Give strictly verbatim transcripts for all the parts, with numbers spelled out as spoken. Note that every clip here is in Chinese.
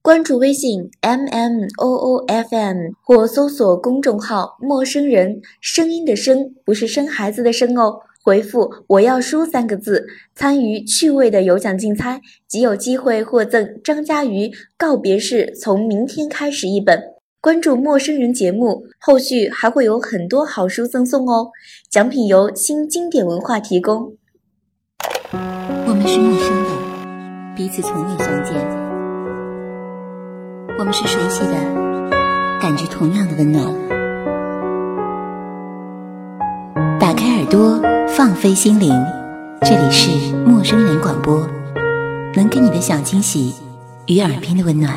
关注微信 M M O O F M 或搜索公众号陌生人，声音的声不是生孩子的生哦。回复我要书三个字，参与趣味的有奖竞猜，即有机会获赠张嘉瑜告别式从明天开始一本。关注陌生人节目，后续还会有很多好书赠送哦，奖品由新经典文化提供。 我们是陌生的，彼此从未相见。我们是熟悉的，感觉同样的温暖。打开耳朵，放飞心灵，这里是陌生人广播，能给你的小惊喜与耳边的温暖。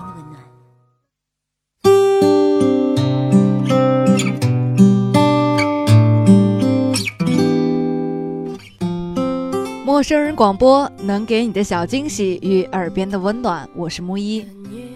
陌生人广播，能给你的小惊喜与耳边的温暖。我是木一。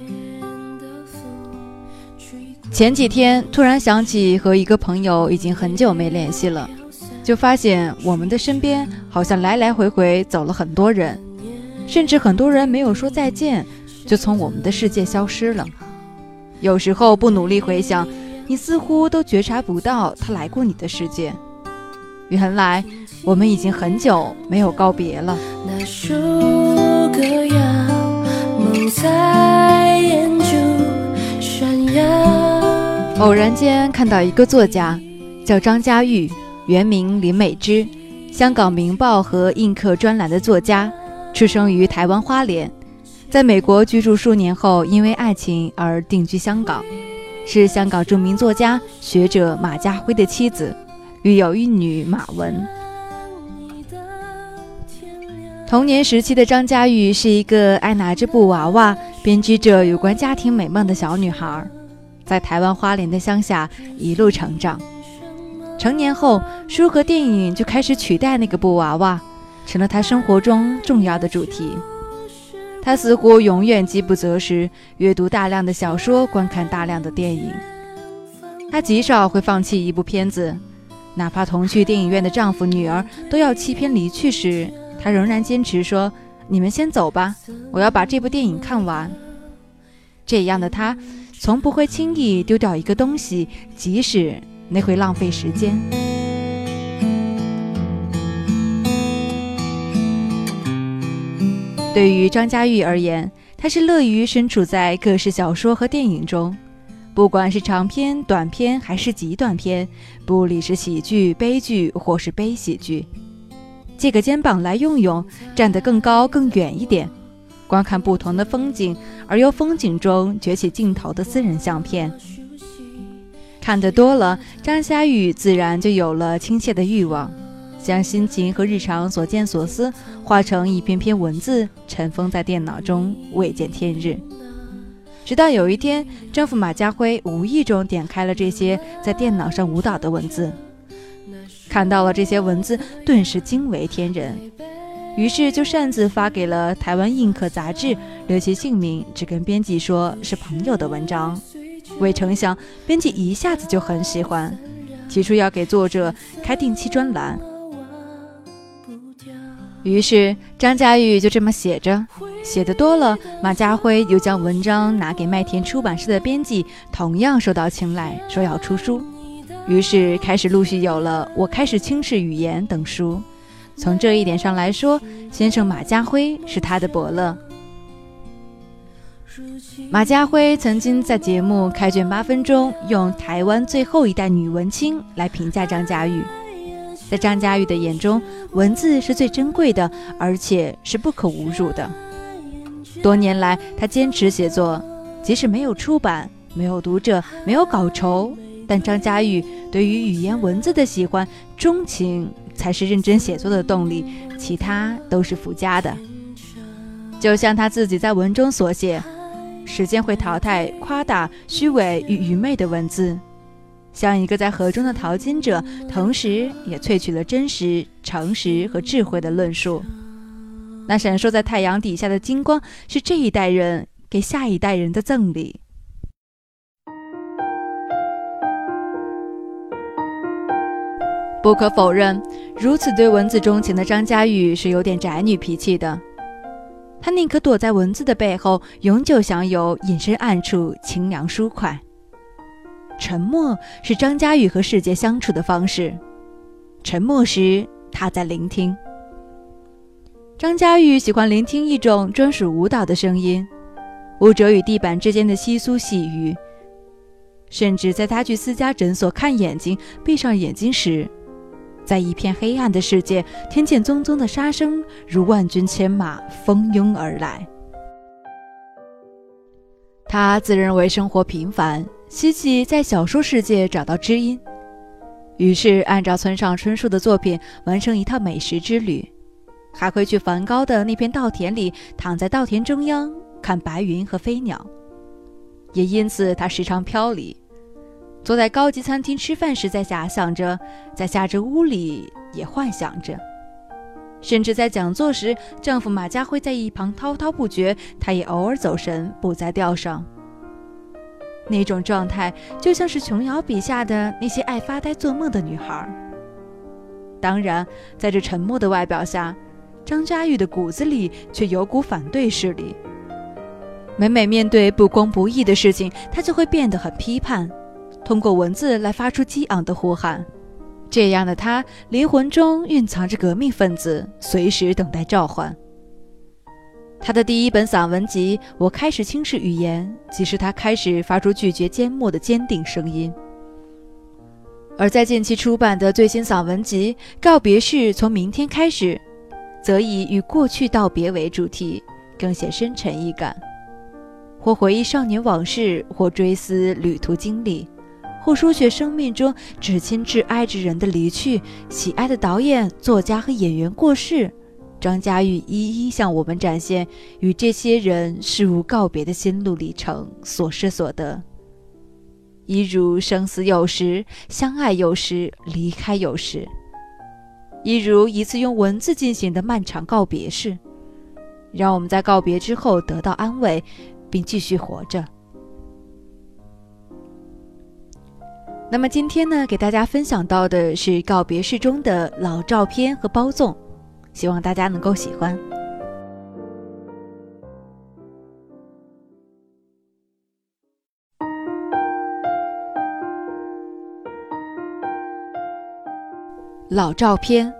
前几天突然想起和一个朋友已经很久没联系了，就发现我们的身边好像来来回回走了很多人，甚至很多人没有说再见就从我们的世界消失了。有时候不努力回想，你似乎都觉察不到他来过你的世界。原来我们已经很久没有告别了。 那首歌谣梦在眼珠闪耀。 偶然间看到一个作家叫张嘉玉，原名林美芝，香港明报和映客专栏的作家，出生于台湾花莲，在美国居住数年后因为爱情而定居香港，是香港著名作家学者马家辉的妻子，育有一女马文。童年时期的张嘉玉是一个爱拿着布娃娃编织着有关家庭美梦的小女孩，在台湾花莲的乡下一路成长。成年后，书和电影就开始取代那个布娃娃，成了她生活中重要的主题。她似乎永远饥不择食，阅读大量的小说，观看大量的电影。她极少会放弃一部片子，哪怕同去电影院的丈夫女儿都要弃片离去时，她仍然坚持说，你们先走吧，我要把这部电影看完。这样的她从不会轻易丢掉一个东西，即使那会浪费时间。对于张嘉玉而言，她是乐于身处在各式小说和电影中，不管是长篇、短篇还是极短篇，不理是喜剧、悲剧或是悲喜剧，借个肩膀来用用，站得更高更远一点，观看不同的风景，而由风景中崛起镜头的私人相片。看得多了，张嘉玉自然就有了倾泻的欲望，将心情和日常所见所思化成一篇篇文字，尘封在电脑中，未见天日。直到有一天，丈夫马家辉无意中点开了这些在电脑上舞蹈的文字，看到了这些文字，顿时惊为天人，于是就擅自发给了台湾映客杂志，留其姓名，只跟编辑说是朋友的文章。未成想编辑一下子就很喜欢，提出要给作者开定期专栏。于是张嘉玉就这么写着，写得多了，马家辉又将文章拿给麦田出版社的编辑，同样受到青睐，说要出书。于是开始陆续有了《我开始轻视语言》等书。从这一点上来说，先生马家辉是他的伯乐。马家辉曾经在节目《开卷八分钟》用台湾最后一代女文青来评价张嘉玉。在张嘉玉的眼中，文字是最珍贵的，而且是不可侮辱的。多年来，他坚持写作，即使没有出版，没有读者，没有稿酬，但张嘉玉对于语言文字的喜欢、钟情才是认真写作的动力，其他都是附加的。就像他自己在文中所写，时间会淘汰夸大、虚伪与愚昧的文字，像一个在河中的淘金者，同时也萃取了真实、诚实和智慧的论述。那闪烁在太阳底下的金光，是这一代人给下一代人的赠礼。不可否认，如此对文字钟情的张嘉玉是有点宅女脾气的。 他宁可躲在文字的背后，永久享有隐身暗处清凉舒快。沉默是张嘉玉和世界相处的方式，沉默时他在聆听。张嘉玉喜欢聆听一种专属舞蹈的声音，舞者与地板之间的窸窣细语，甚至在他去私家诊所看眼睛，闭上眼睛时，在一片黑暗的世界，听见淙淙的沙声如万军千马蜂拥而来。他自认为生活平凡，希冀在小说世界找到知音，于是按照村上春树的作品完成一套美食之旅，还会去梵高的那片稻田里，躺在稻田中央看白云和飞鸟。也因此他时常飘离，坐在高级餐厅吃饭时在遐想着，在下着屋里也幻想着，甚至在讲座时，丈夫马家辉在一旁滔滔不绝，他也偶尔走神，不在调上。那种状态就像是琼瑶笔下的那些爱发呆做梦的女孩。当然，在这沉默的外表下，张嘉玉的骨子里却有股反对势力。每每面对不公不义的事情，她就会变得很批判，通过文字来发出激昂的呼喊。这样的她，灵魂中蕴藏着革命分子，随时等待召唤。她的第一本散文集《我开始轻视语言》，即是她开始发出拒绝缄默的坚定声音。而在近期出版的最新散文集《告别式从明天开始》，则以与过去道别为主题，更显深沉易感。或回忆少年往事，或追思旅途经历，或书写生命中至亲至爱之人的离去，喜爱的导演、作家和演员过世，张嘉玉一一向我们展现与这些人事物告别的心路历程，所失所得。一如生死有时，相爱有时，离开有时；一如一次用文字进行的漫长告别式，让我们在告别之后得到安慰，并继续活着。那么今天呢，给大家分享到的是告别式中的老照片和包粽，希望大家能够喜欢。老照片。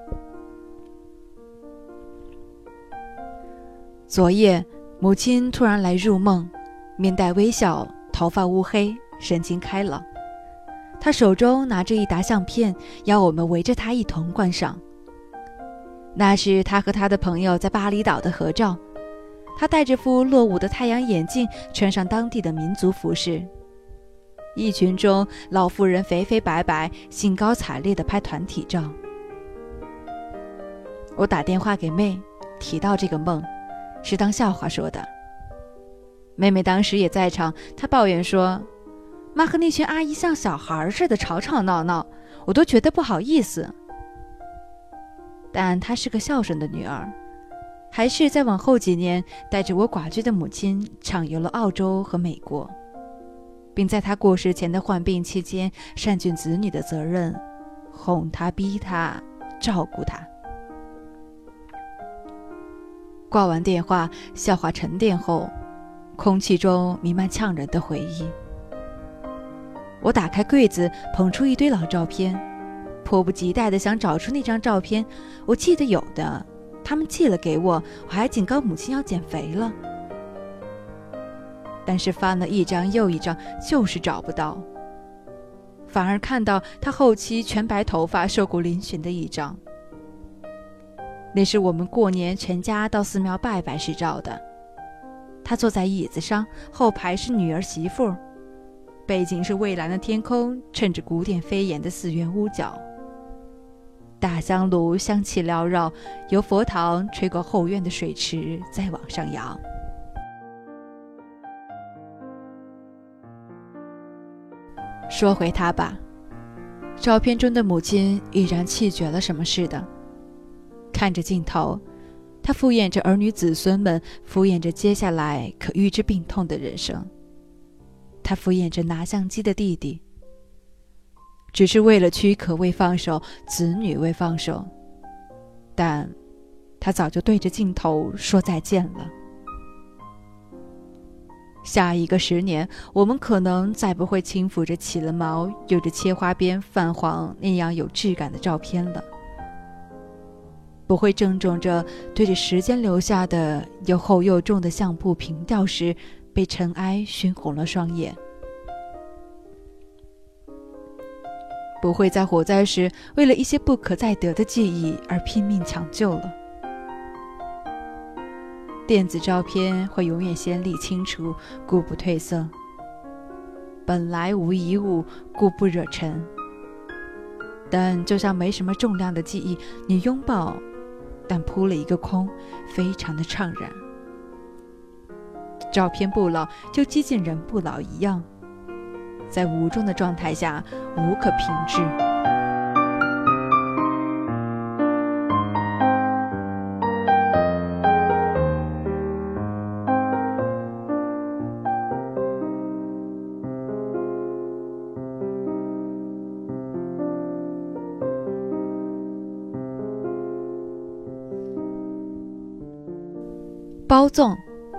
昨夜母亲突然来入梦，面带微笑，头发乌黑，神情开朗。她手中拿着一沓相片，要我们围着她一同观赏。那是她和她的朋友在巴厘岛的合照。她戴着副落伍的太阳眼镜，穿上当地的民族服饰。一群中，老妇人肥肥白白，兴高采烈地拍团体照。我打电话给妹，提到这个梦，是当笑话说的。妹妹当时也在场，她抱怨说，妈和那群阿姨像小孩似的吵吵闹闹，我都觉得不好意思。但她是个孝顺的女儿，还是在往后几年带着我寡居的母亲畅游了澳洲和美国，并在她过世前的患病期间善尽子女的责任，哄她逼她照顾她。挂完电话，笑话沉淀后，空气中弥漫呛人的回忆。我打开柜子，捧出一堆老照片，迫不及待地想找出那张照片。我记得有的，他们寄了给我，我还警告母亲要减肥了。但是翻了一张又一张，就是找不到，反而看到他后期全白头发、瘦骨嶙峋的一张。那是我们过年全家到寺庙拜拜时照的。他坐在椅子上，后排是女儿媳妇，背景是蔚蓝的天空，衬着古典飞檐的寺院屋角。大香炉香气缭绕，由佛堂吹过后院的水池，再往上扬。说回他吧，照片中的母亲依然气绝了什么似的，看着镜头，他敷衍着儿女子孙们，敷衍着接下来可预知病痛的人生。他敷衍着拿相机的弟弟，只是为了躯壳未放手，子女未放手，但他早就对着镜头说再见了。 下一个十年，我们可能再不会轻抚着起了毛、有着切花边泛黄那样有质感的照片了，不会郑重着对着时间留下的又厚又重的相簿凭吊时被尘埃熏红了双眼，不会在火灾时为了一些不可再得的记忆而拼命抢救了。电子照片会永远鲜丽清楚，故不褪色，本来无一物，故不惹尘。但就像没什么重量的记忆，你拥抱，但扑了一个空，非常的怅然。照片不老，就接近人不老一样，在无重的状态下无可平治。包粽，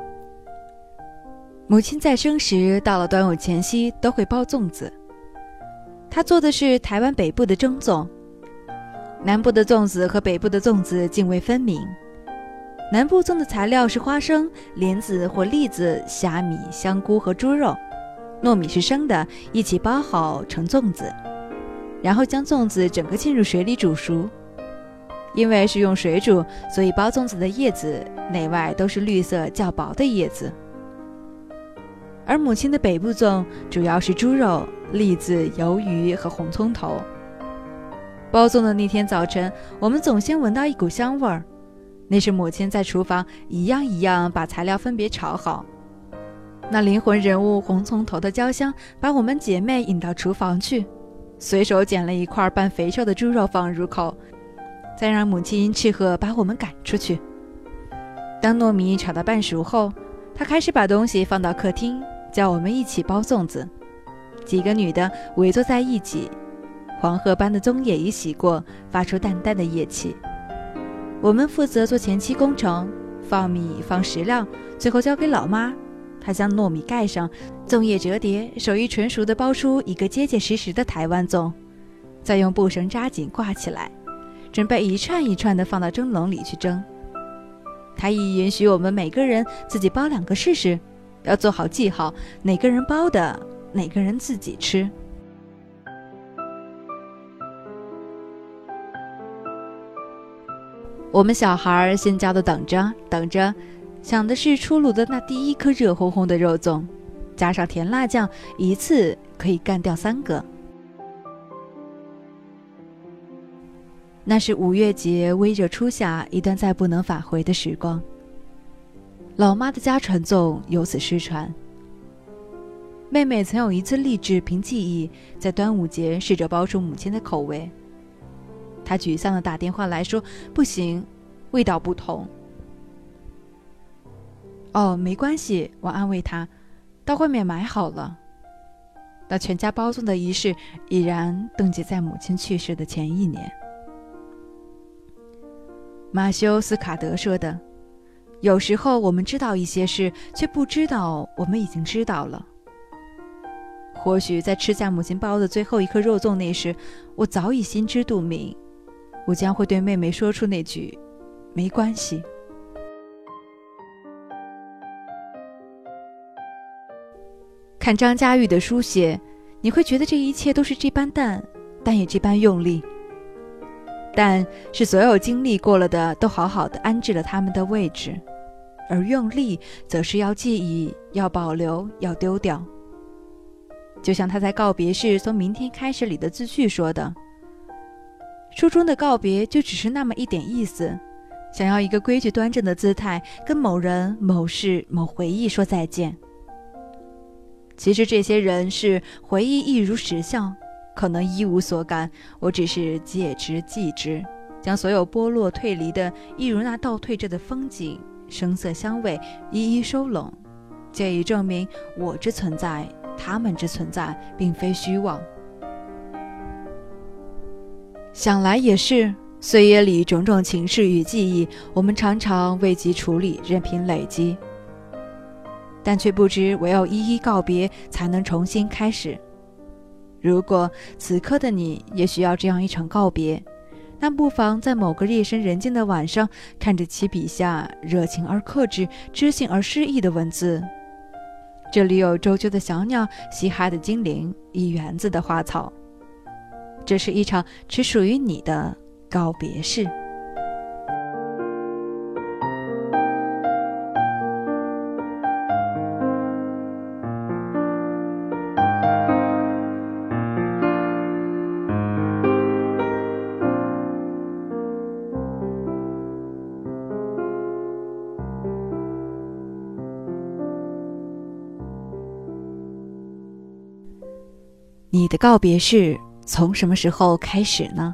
母亲在生时到了端午前夕都会包粽子。她做的是台湾北部的蒸粽，南部的粽子和北部的粽子泾渭分明。南部粽的材料是花生、莲子或栗子、虾米、香菇和猪肉，糯米是生的，一起包好成粽子，然后将粽子整个浸入水里煮熟。因为是用水煮，所以包粽子的叶子内外都是绿色较薄的叶子。而母亲的北部粽主要是猪肉、栗子、鱿鱼和红葱头。包粽的那天早晨，我们总先闻到一股香味儿，那是母亲在厨房一样一样把材料分别炒好。那灵魂人物红葱头的焦香把我们姐妹引到厨房去，随手捡了一块半肥瘦的猪肉放入口，再让母亲斥喝把我们赶出去。当糯米炒到半熟后，她开始把东西放到客厅，叫我们一起包粽子。几个女的围坐在一起，黄褐般的粽叶已洗过，发出淡淡的液气。我们负责做前期工程，放米放食料，最后交给老妈，她将糯米盖上，粽叶折叠，手艺纯熟地包出一个结结实实的台湾粽，再用布绳扎紧挂起来，准备一串一串地放到蒸笼里去蒸。他亦允许我们每个人自己包两个试试，要做好记号，哪个人包的，哪个人自己吃。我们小孩先教的等着等着，想的是出炉的那第一颗热烘烘的肉粽，加上甜辣酱，一次可以干掉三个。那是五月节微热初夏一段再不能返回的时光，老妈的家传粽由此失传。妹妹曾有一次立志凭记忆在端午节试着包出母亲的口味，她沮丧地打电话来说不行，味道不同。哦，没关系，我安慰她，到外面买好了。那全家包粽的仪式已然登记在母亲去世的前一年。马修斯卡德说的，有时候我们知道一些事，却不知道我们已经知道了。或许在吃下母亲包的最后一颗肉粽那时，我早已心知肚明，我将会对妹妹说出那句没关系。看张嘉玉的书写，你会觉得这一切都是这般淡，但也这般用力。但是所有经历过了的都好好的安置了他们的位置，而用力则是要记忆，要保留，要丢掉。就像他在告别式从明天开始里的字句说的，书中的告别就只是那么一点意思，想要一个规矩端正的姿态跟某人、某事、某回忆说再见。其实这些人是回忆亦如实相，可能一无所感，我只是借之记之，将所有剥落退离的一如那倒退着的风景、声色香味一一收拢，借以证明我之存在，他们之存在并非虚妄。想来也是，岁月里种种情事与记忆，我们常常未及处理，任凭累积。 但却不知唯有一一告别才能重新开始。如果此刻的你也需要这样一场告别，那不妨在某个夜深人静的晚上，看着其笔下热情而克制、知性而诗意的文字。这里有周啾的小鸟，嘻哈的精灵，一园子的花草。这是一场只属于你的告别式。你的告别式从什么时候开始呢？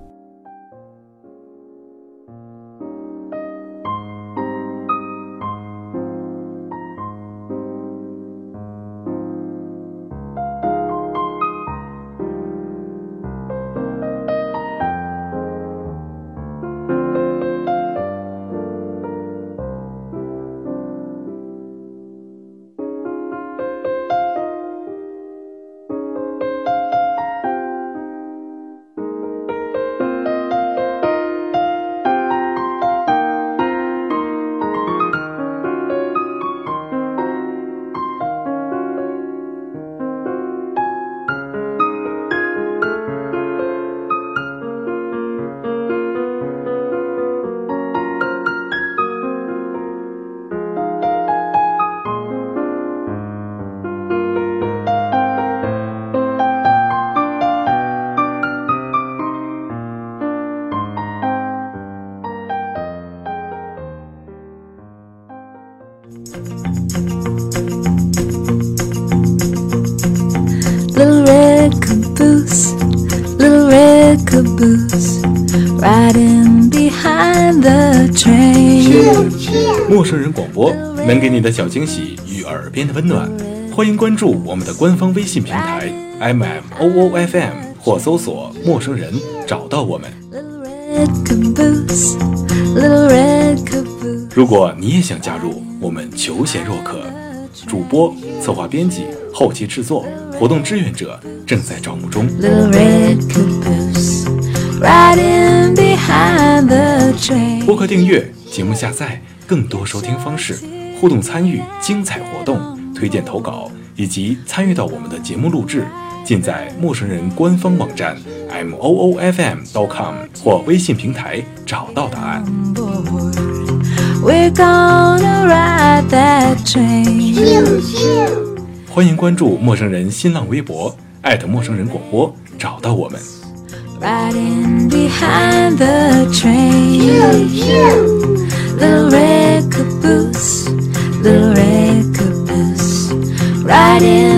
Little red caboose, little red caboose, riding behind the train. 陌生人广播能给你的小惊喜与耳边的温暖，欢迎关注我们的官方微信平台 M M O O F M 或搜索陌生人找到我们。如果你也想加入，我们求贤若渴，主播、策划编辑、后期制作、活动志愿者正在招募中。播客订阅、节目下载、更多收听方式、互动参与、精彩活动、推荐投稿以及参与到我们的节目录制，尽在陌生人官方网站 M O O F M dot com 或微信平台找到答案。欢迎关注陌生人新浪微博艾特陌生人广播，找到我们。 Riding behind the train, little red caboose, little red caboose, riding